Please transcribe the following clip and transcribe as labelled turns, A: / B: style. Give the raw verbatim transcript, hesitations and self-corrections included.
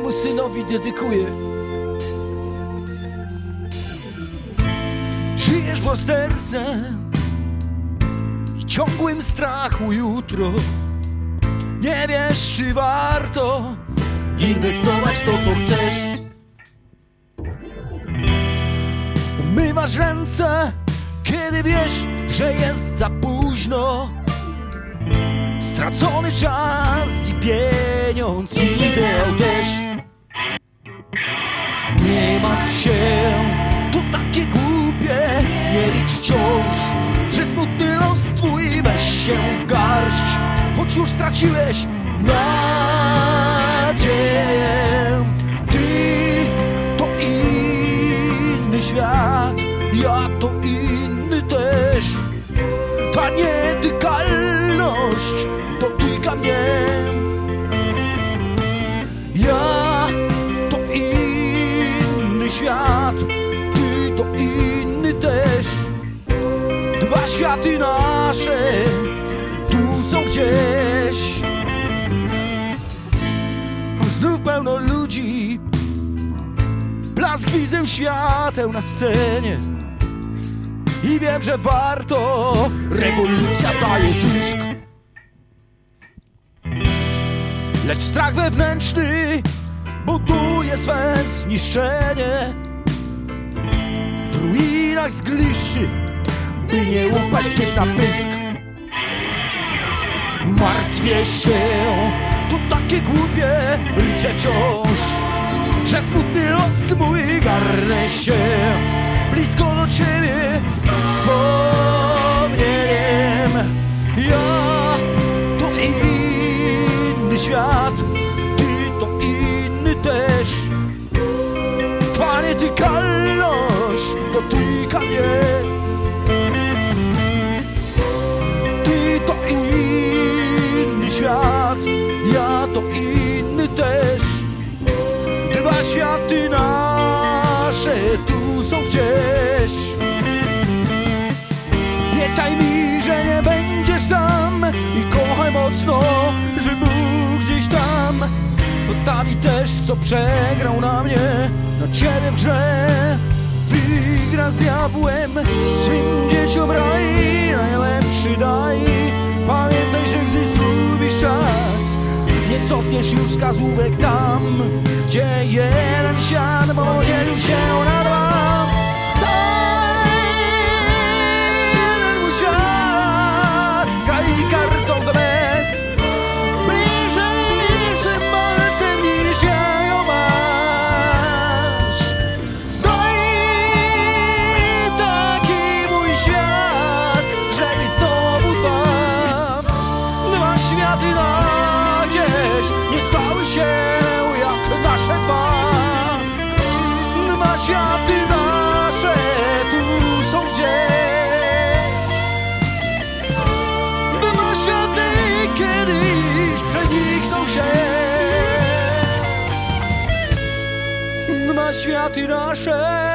A: swojemu synowi dedykuję. Żyjesz w rozterce i ciągłym strachu jutro. Nie wiesz, czy warto inwestować w to, co chcesz. Umywasz ręce, kiedy wiesz, że jest za późno. Stracony czas i pieniądz, i ideał też. Nie martw się, to takie głupie. Nie licz wciąż, że smutny los twój. Weź się w garść, choć już straciłeś nadzieję. Ty to inny świat, ja to inny też. Ta nietykalność dotyka mnie. Ja to inny świat, ty to inny też. Dwa światy nasze tu są gdzieś. Znów pełno ludzi, blask widzę świateł na scenie. I wiem, że warto, rewolucja daje zysk. Lecz strach wewnętrzny buduje swe zniszczenie. W ruinach zgliszczy, by nie upaść gdzieś na pysk. Martwię się, to takie głupie, liczę wciąż, że smutny los mój garnie się blisko do ciebie wspomnieniem. Ja to inny świat, ty to inny też. Twa nietykalność dotyka mnie. Ty to inny świat, ja to inny też. Dwa światy nasze tu są gdzieś. Obiecaj mi, że nie będziesz sam i kochaj mocno, że Bóg gdzieś tam postawi też, co przegrał na mnie, na ciebie w grze. Wygra z diabłem, swym dzieciom raj najlepszy daj. Pamiętaj, że gdy zgubisz czas, nie cofniesz już wskazówek tam, gdzie jeden świat podzielił się na dwa. Jeden mój świat, graj kartą do bez. Bliżej swym palcem niż ja ją masz. Daj taki mój świat, żebyś znowu dbał. Dwa światy na gdzieś nie stały się jak nasze dwa. Dwa światy nasze tu są gdzieś. Dwa światy kiedyś przenikną się. Dwa światy nasze